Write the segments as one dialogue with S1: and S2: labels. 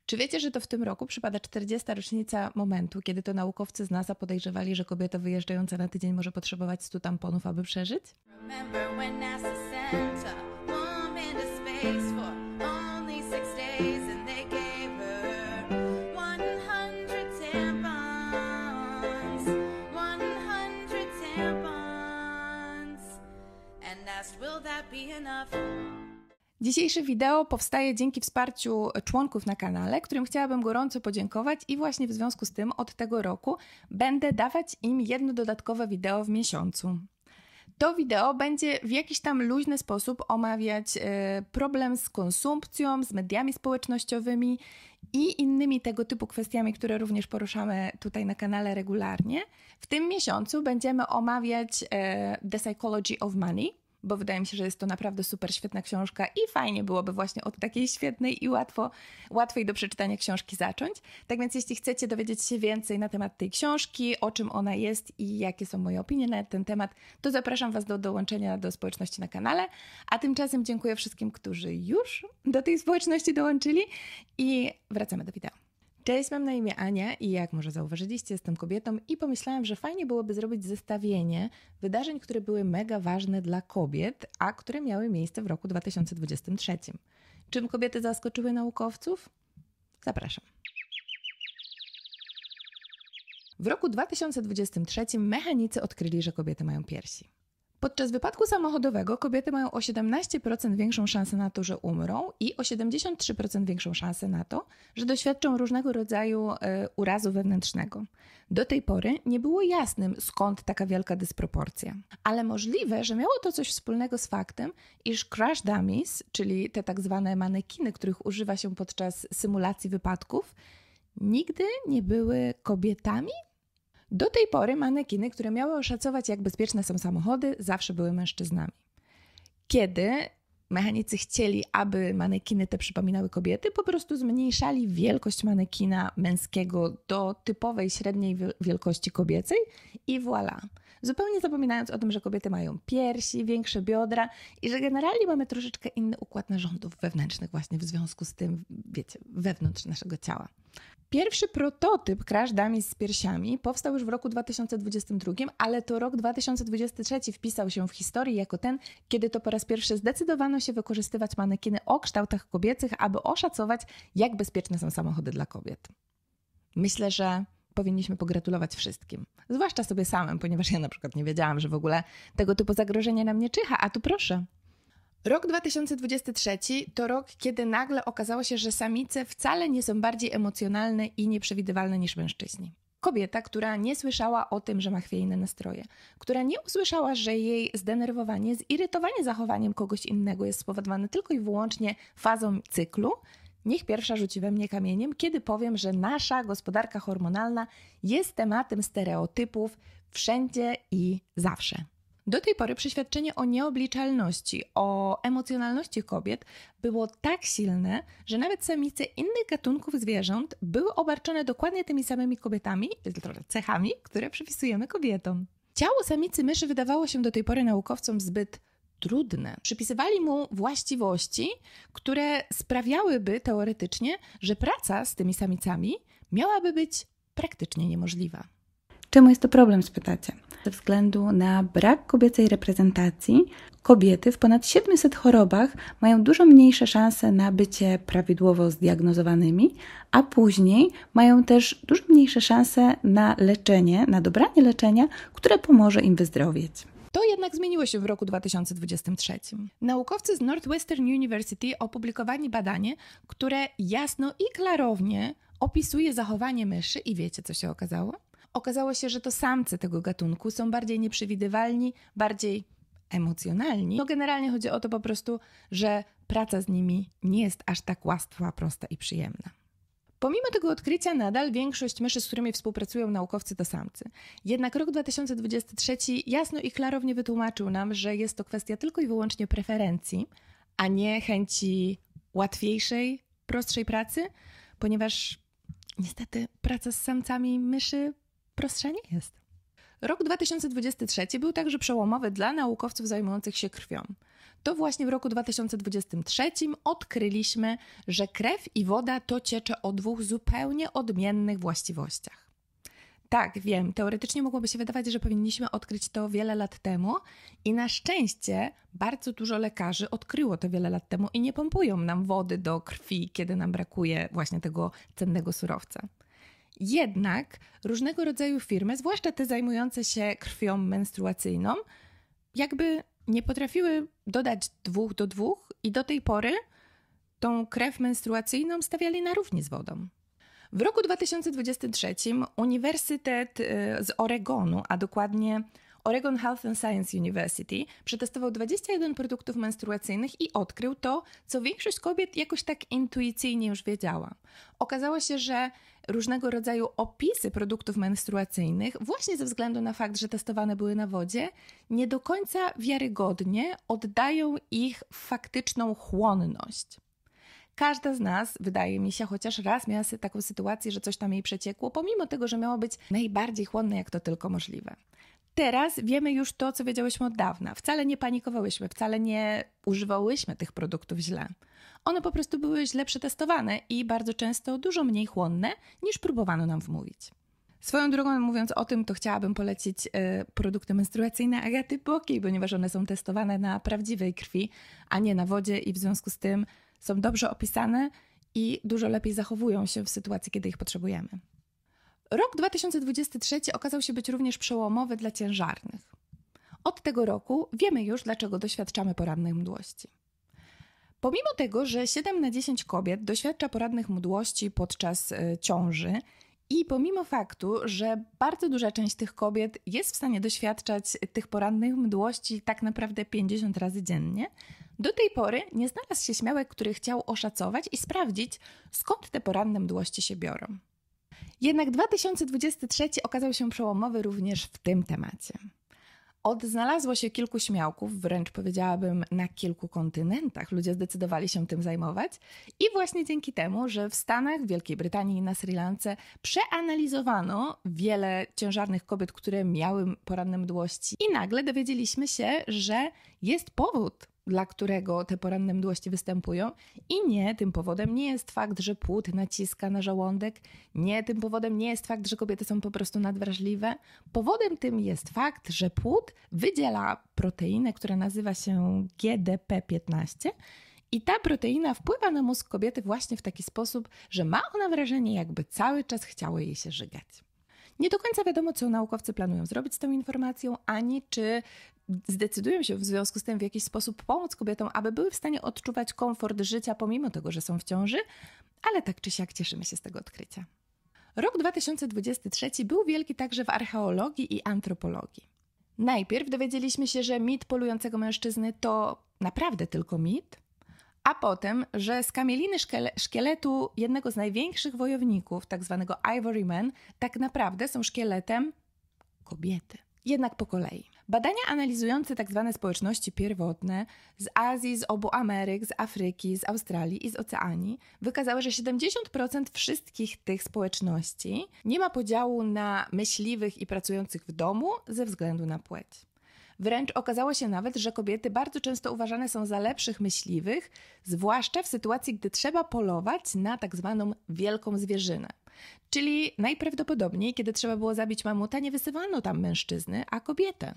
S1: Czy wiecie, że to w tym roku przypada 40. rocznica momentu, kiedy to naukowcy z NASA podejrzewali, że kobieta wyjeżdżająca na tydzień może potrzebować 100 tamponów, aby przeżyć?
S2: Remember when NASA sent a woman to space for only 6 days and they gave her 100 tampons, 100 tampons, and asked, will that be enough?
S1: Dzisiejsze wideo powstaje dzięki wsparciu członków na kanale, którym chciałabym gorąco podziękować i właśnie w związku z tym od tego roku będę dawać im jedno dodatkowe wideo w miesiącu. To wideo będzie w jakiś tam luźny sposób omawiać problem z konsumpcją, z mediami społecznościowymi i innymi tego typu kwestiami, które również poruszamy tutaj na kanale regularnie. W tym miesiącu będziemy omawiać The Psychology of Money, bo wydaje mi się, że jest to naprawdę super świetna książka i fajnie byłoby właśnie od takiej świetnej i łatwej do przeczytania książki zacząć. Tak więc jeśli chcecie dowiedzieć się więcej na temat tej książki, o czym ona jest i jakie są moje opinie na ten temat, to zapraszam Was do dołączenia do społeczności na kanale, a tymczasem dziękuję wszystkim, którzy już do tej społeczności dołączyli i wracamy do wideo. Cześć, mam na imię Ania i jak może zauważyliście, jestem kobietą i pomyślałam, że fajnie byłoby zrobić zestawienie wydarzeń, które były mega ważne dla kobiet, a które miały miejsce w roku 2023. Czym kobiety zaskoczyły naukowców? Zapraszam. W roku 2023 mechanicy odkryli, że kobiety mają piersi. Podczas wypadku samochodowego kobiety mają o 17% większą szansę na to, że umrą i o 73% większą szansę na to, że doświadczą różnego rodzaju urazu wewnętrznego. Do tej pory nie było jasnym, skąd taka wielka dysproporcja. Ale możliwe, że miało to coś wspólnego z faktem, iż crash dummies, czyli te tak zwane manekiny, których używa się podczas symulacji wypadków, nigdy nie były kobietami. Do tej pory manekiny, które miały oszacować, jak bezpieczne są samochody, zawsze były mężczyznami. Kiedy mechanicy chcieli, aby manekiny te przypominały kobiety, po prostu zmniejszali wielkość manekina męskiego do typowej średniej wielkości kobiecej i voilà. Zupełnie zapominając o tym, że kobiety mają piersi, większe biodra i że generalnie mamy troszeczkę inny układ narządów wewnętrznych właśnie w związku z tym, wiecie, wewnątrz naszego ciała. Pierwszy prototyp crash dummies z piersiami powstał już w roku 2022, ale to rok 2023 wpisał się w historię jako ten, kiedy to po raz pierwszy zdecydowano się wykorzystywać manekiny o kształtach kobiecych, aby oszacować, jak bezpieczne są samochody dla kobiet. Myślę, że powinniśmy pogratulować wszystkim, zwłaszcza sobie samym, ponieważ ja na przykład nie wiedziałam, że w ogóle tego typu zagrożenie na mnie czyha, a tu proszę. Rok 2023 to rok, kiedy nagle okazało się, że samice wcale nie są bardziej emocjonalne i nieprzewidywalne niż mężczyźni. Kobieta, która nie słyszała o tym, że ma chwiejne nastroje, która nie usłyszała, że jej zdenerwowanie, zirytowanie zachowaniem kogoś innego jest spowodowane tylko i wyłącznie fazą cyklu, niech pierwsza rzuci we mnie kamieniem, kiedy powiem, że nasza gospodarka hormonalna jest tematem stereotypów wszędzie i zawsze. Do tej pory przeświadczenie o nieobliczalności, o emocjonalności kobiet było tak silne, że nawet samice innych gatunków zwierząt były obarczone dokładnie tymi samymi cechami, które przypisujemy kobietom. Ciało samicy myszy wydawało się do tej pory naukowcom zbyt trudne. Przypisywali mu właściwości, które sprawiałyby teoretycznie, że praca z tymi samicami miałaby być praktycznie niemożliwa.
S3: Czemu jest to problem, spytacie? Ze względu na brak kobiecej reprezentacji, kobiety w ponad 700 chorobach mają dużo mniejsze szanse na bycie prawidłowo zdiagnozowanymi, a później mają też dużo mniejsze szanse na leczenie, na dobranie leczenia, które pomoże im wyzdrowieć.
S1: To jednak zmieniło się w roku 2023. Naukowcy z Northwestern University opublikowali badanie, które jasno i klarownie opisuje zachowanie myszy i wiecie, co się okazało? Okazało się, że to samce tego gatunku są bardziej nieprzewidywalni, bardziej emocjonalni. No generalnie chodzi o to po prostu, że praca z nimi nie jest aż tak łatwa, prosta i przyjemna. Pomimo tego odkrycia nadal większość myszy, z którymi współpracują naukowcy, to samcy. Jednak rok 2023 jasno i klarownie wytłumaczył nam, że jest to kwestia tylko i wyłącznie preferencji, a nie chęci łatwiejszej, prostszej pracy, ponieważ niestety praca z samcami myszy prostsza nie jest. Rok 2023 był także przełomowy dla naukowców zajmujących się krwią. to właśnie w roku 2023 odkryliśmy, że krew i woda to ciecze o dwóch zupełnie odmiennych właściwościach. Tak, wiem, teoretycznie mogłoby się wydawać, że powinniśmy odkryć to wiele lat temu i na szczęście bardzo dużo lekarzy odkryło to wiele lat temu i nie pompują nam wody do krwi, kiedy nam brakuje właśnie tego cennego surowca. Jednak różnego rodzaju firmy, zwłaszcza te zajmujące się krwią menstruacyjną, jakby nie potrafiły dodać 2 do 2 i do tej pory tą krew menstruacyjną stawiali na równi z wodą. W roku 2023 Uniwersytet z Oregonu, a dokładnie Oregon Health and Science University, przetestował 21 produktów menstruacyjnych i odkrył to, co większość kobiet jakoś tak intuicyjnie już wiedziała. Okazało się, że różnego rodzaju opisy produktów menstruacyjnych, właśnie ze względu na fakt, że testowane były na wodzie, nie do końca wiarygodnie oddają ich faktyczną chłonność. Każda z nas, wydaje mi się, chociaż raz miała taką sytuację, że coś tam jej przeciekło, pomimo tego, że miało być najbardziej chłonne, jak to tylko możliwe. Teraz wiemy już to, co wiedziałyśmy od dawna. Wcale nie panikowałyśmy, wcale nie używałyśmy tych produktów źle. One po prostu były źle przetestowane i bardzo często dużo mniej chłonne, niż próbowano nam wmówić. Swoją drogą, mówiąc o tym, to chciałabym polecić produkty menstruacyjne Agaty Bokiej, ponieważ one są testowane na prawdziwej krwi, a nie na wodzie i w związku z tym są dobrze opisane i dużo lepiej zachowują się w sytuacji, kiedy ich potrzebujemy. Rok 2023 okazał się być również przełomowy dla ciężarnych. Od tego roku wiemy już, dlaczego doświadczamy porannej mdłości. Pomimo tego, że 7 na 10 kobiet doświadcza porannych mdłości podczas ciąży i pomimo faktu, że bardzo duża część tych kobiet jest w stanie doświadczać tych porannych mdłości tak naprawdę 50 razy dziennie, do tej pory nie znalazł się śmiałek, który chciał oszacować i sprawdzić, skąd te poranne mdłości się biorą. Jednak 2023 okazał się przełomowy również w tym temacie. Odznalazło się kilku śmiałków, wręcz powiedziałabym na kilku kontynentach. Ludzie zdecydowali się tym zajmować i właśnie dzięki temu, że w Stanach, w Wielkiej Brytanii i na Sri Lance przeanalizowano wiele ciężarnych kobiet, które miały poranne mdłości i nagle dowiedzieliśmy się, że jest powód, dla którego te poranne mdłości występują i nie, tym powodem nie jest fakt, że płód naciska na żołądek, nie, tym powodem nie jest fakt, że kobiety są po prostu nadwrażliwe. Powodem tym jest fakt, że płód wydziela proteinę, która nazywa się GDP-15 i ta proteina wpływa na mózg kobiety właśnie w taki sposób, że ma ona wrażenie, jakby cały czas chciało jej się żygać. Nie do końca wiadomo, co naukowcy planują zrobić z tą informacją, ani czy zdecydują się w związku z tym w jakiś sposób pomóc kobietom, aby były w stanie odczuwać komfort życia pomimo tego, że są w ciąży, ale tak czy siak cieszymy się z tego odkrycia. Rok 2023 był wielki także w archeologii i antropologii. Najpierw dowiedzieliśmy się, że mit polującego mężczyzny to naprawdę tylko mit, a potem, że z kamieliny szkieletu jednego z największych wojowników, tak zwanego Ivory Man, tak naprawdę są szkieletem kobiety. Jednak po kolei. Badania analizujące tzw. społeczności pierwotne z Azji, z obu Ameryk, z Afryki, z Australii i z Oceanii wykazały, że 70% wszystkich tych społeczności nie ma podziału na myśliwych i pracujących w domu ze względu na płeć. Wręcz okazało się nawet, że kobiety bardzo często uważane są za lepszych myśliwych, zwłaszcza w sytuacji, gdy trzeba polować na tak zwaną wielką zwierzynę. Czyli najprawdopodobniej, kiedy trzeba było zabić mamuta, nie wysyłano tam mężczyzny, a kobietę.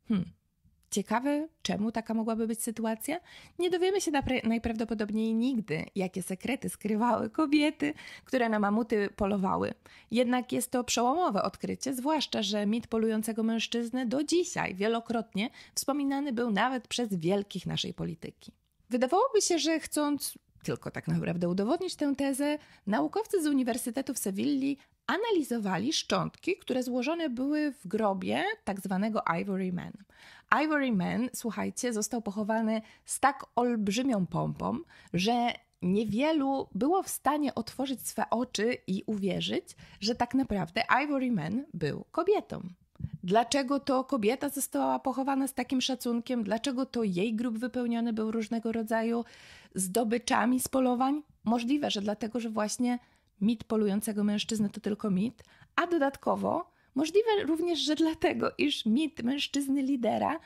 S1: Ciekawe, czemu taka mogłaby być sytuacja? Nie dowiemy się najprawdopodobniej nigdy, jakie sekrety skrywały kobiety, które na mamuty polowały. Jednak jest to przełomowe odkrycie, zwłaszcza, że mit polującego mężczyzny do dzisiaj wielokrotnie wspominany był nawet przez wielkich naszej polityki. Wydawałoby się, że chcąc tylko tak naprawdę udowodnić tę tezę, naukowcy z Uniwersytetu w Sewilli analizowali szczątki, które złożone były w grobie tak zwanego Ivory Man. Ivory Man, słuchajcie, został pochowany z tak olbrzymią pompą, że niewielu było w stanie otworzyć swe oczy i uwierzyć, że tak naprawdę Ivory Man był kobietą. Dlaczego to kobieta została pochowana z takim szacunkiem? Dlaczego to jej grób wypełniony był różnego rodzaju zdobyczami z polowań? Możliwe, że dlatego, że właśnie mit polującego mężczyzny to tylko mit, a dodatkowo możliwe również, że dlatego, iż mit mężczyzny lidera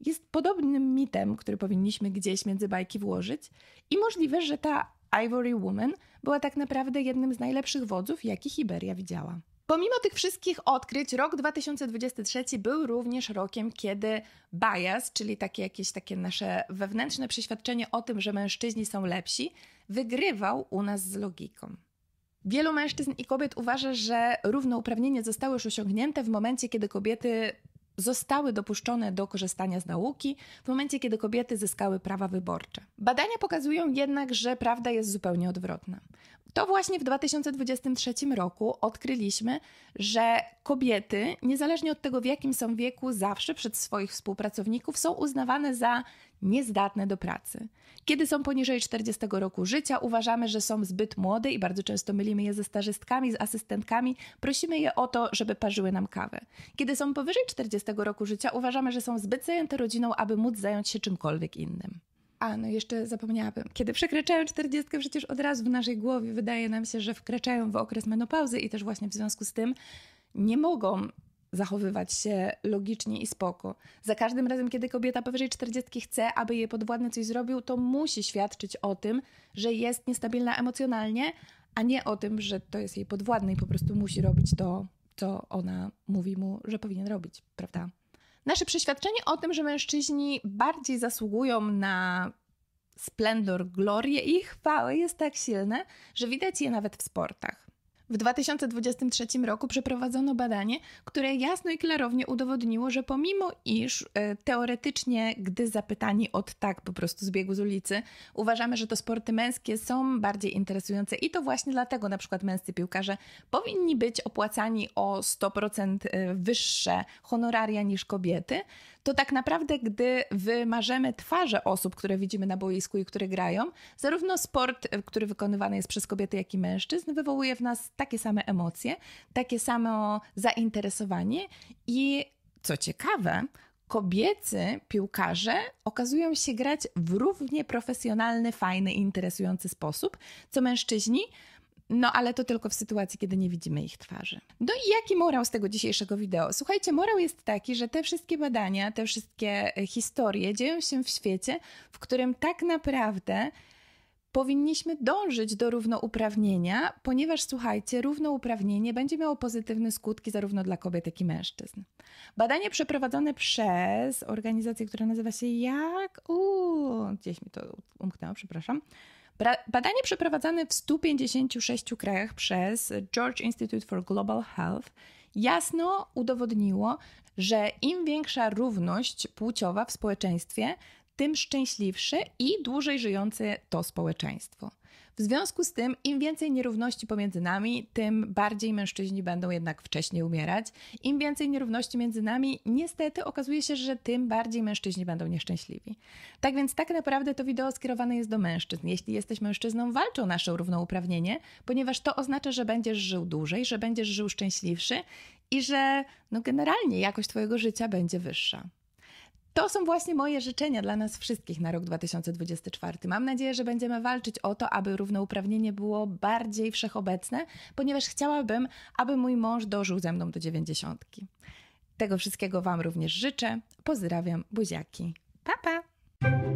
S1: jest podobnym mitem, który powinniśmy gdzieś między bajki włożyć i możliwe, że ta Ivory Woman była tak naprawdę jednym z najlepszych wodzów, jakich Iberia widziała. Pomimo tych wszystkich odkryć, rok 2023 był również rokiem, kiedy bias, czyli jakieś takie nasze wewnętrzne przeświadczenie o tym, że mężczyźni są lepsi, wygrywał u nas z logiką. Wielu mężczyzn i kobiet uważa, że równouprawnienie zostało już osiągnięte w momencie, kiedy kobiety zostały dopuszczone do korzystania z nauki, w momencie, kiedy kobiety zyskały prawa wyborcze. Badania pokazują jednak, że prawda jest zupełnie odwrotna. To właśnie w 2023 roku odkryliśmy, że kobiety, niezależnie od tego, w jakim są wieku, zawsze przez swoich współpracowników są uznawane za niezdatne do pracy. Kiedy są poniżej 40 roku życia, uważamy, że są zbyt młode i bardzo często mylimy je ze stażystkami, z asystentkami, prosimy je o to, żeby parzyły nam kawę. Kiedy są powyżej 40 roku życia, uważamy, że są zbyt zajęte rodziną, aby móc zająć się czymkolwiek innym. No jeszcze zapomniałabym. Kiedy przekraczają 40, przecież od razu w naszej głowie wydaje nam się, że wkraczają w okres menopauzy i też właśnie w związku z tym nie mogą zachowywać się logicznie i spoko. Za każdym razem, kiedy kobieta powyżej 40 chce, aby jej podwładny coś zrobił, to musi świadczyć o tym, że jest niestabilna emocjonalnie, a nie o tym, że to jest jej podwładny i po prostu musi robić to, co ona mówi mu, że powinien robić, prawda? Nasze przeświadczenie o tym, że mężczyźni bardziej zasługują na splendor, glorię i chwałę jest tak silne, że widać je nawet w sportach. W 2023 roku przeprowadzono badanie, które jasno i klarownie udowodniło, że pomimo iż teoretycznie, gdy zapytani od tak po prostu z biegu z ulicy, uważamy, że to sporty męskie są bardziej interesujące i to właśnie dlatego na przykład męscy piłkarze powinni być opłacani o 100% wyższe honoraria niż kobiety, to tak naprawdę gdy wymarzemy twarze osób, które widzimy na boisku i które grają, zarówno sport, który wykonywany jest przez kobiety, jak i mężczyzn, wywołuje w nas takie same emocje, takie samo zainteresowanie i co ciekawe, kobiecy piłkarze okazują się grać w równie profesjonalny, fajny i interesujący sposób, co mężczyźni, ale to tylko w sytuacji, kiedy nie widzimy ich twarzy. No i jaki morał z tego dzisiejszego wideo? Słuchajcie, morał jest taki, że te wszystkie badania, te wszystkie historie dzieją się w świecie, w którym tak naprawdę powinniśmy dążyć do równouprawnienia, ponieważ, słuchajcie, równouprawnienie będzie miało pozytywne skutki zarówno dla kobiet, jak i mężczyzn. Badanie przeprowadzone przez organizację, która nazywa się gdzieś mi to umknęło, przepraszam. Badanie przeprowadzone w 156 krajach przez George Institute for Global Health jasno udowodniło, że im większa równość płciowa w społeczeństwie, tym szczęśliwsze i dłużej żyjące to społeczeństwo. W związku z tym, im więcej nierówności pomiędzy nami, tym bardziej mężczyźni będą jednak wcześniej umierać. Im więcej nierówności między nami, niestety okazuje się, że tym bardziej mężczyźni będą nieszczęśliwi. Tak więc tak naprawdę to wideo skierowane jest do mężczyzn. Jeśli jesteś mężczyzną, walcz o nasze równouprawnienie, ponieważ to oznacza, że będziesz żył dłużej, że będziesz żył szczęśliwszy i że generalnie jakość twojego życia będzie wyższa. To są właśnie moje życzenia dla nas wszystkich na rok 2024. Mam nadzieję, że będziemy walczyć o to, aby równouprawnienie było bardziej wszechobecne, ponieważ chciałabym, aby mój mąż dożył ze mną do 90. Tego wszystkiego Wam również życzę. Pozdrawiam, buziaki. Pa, pa!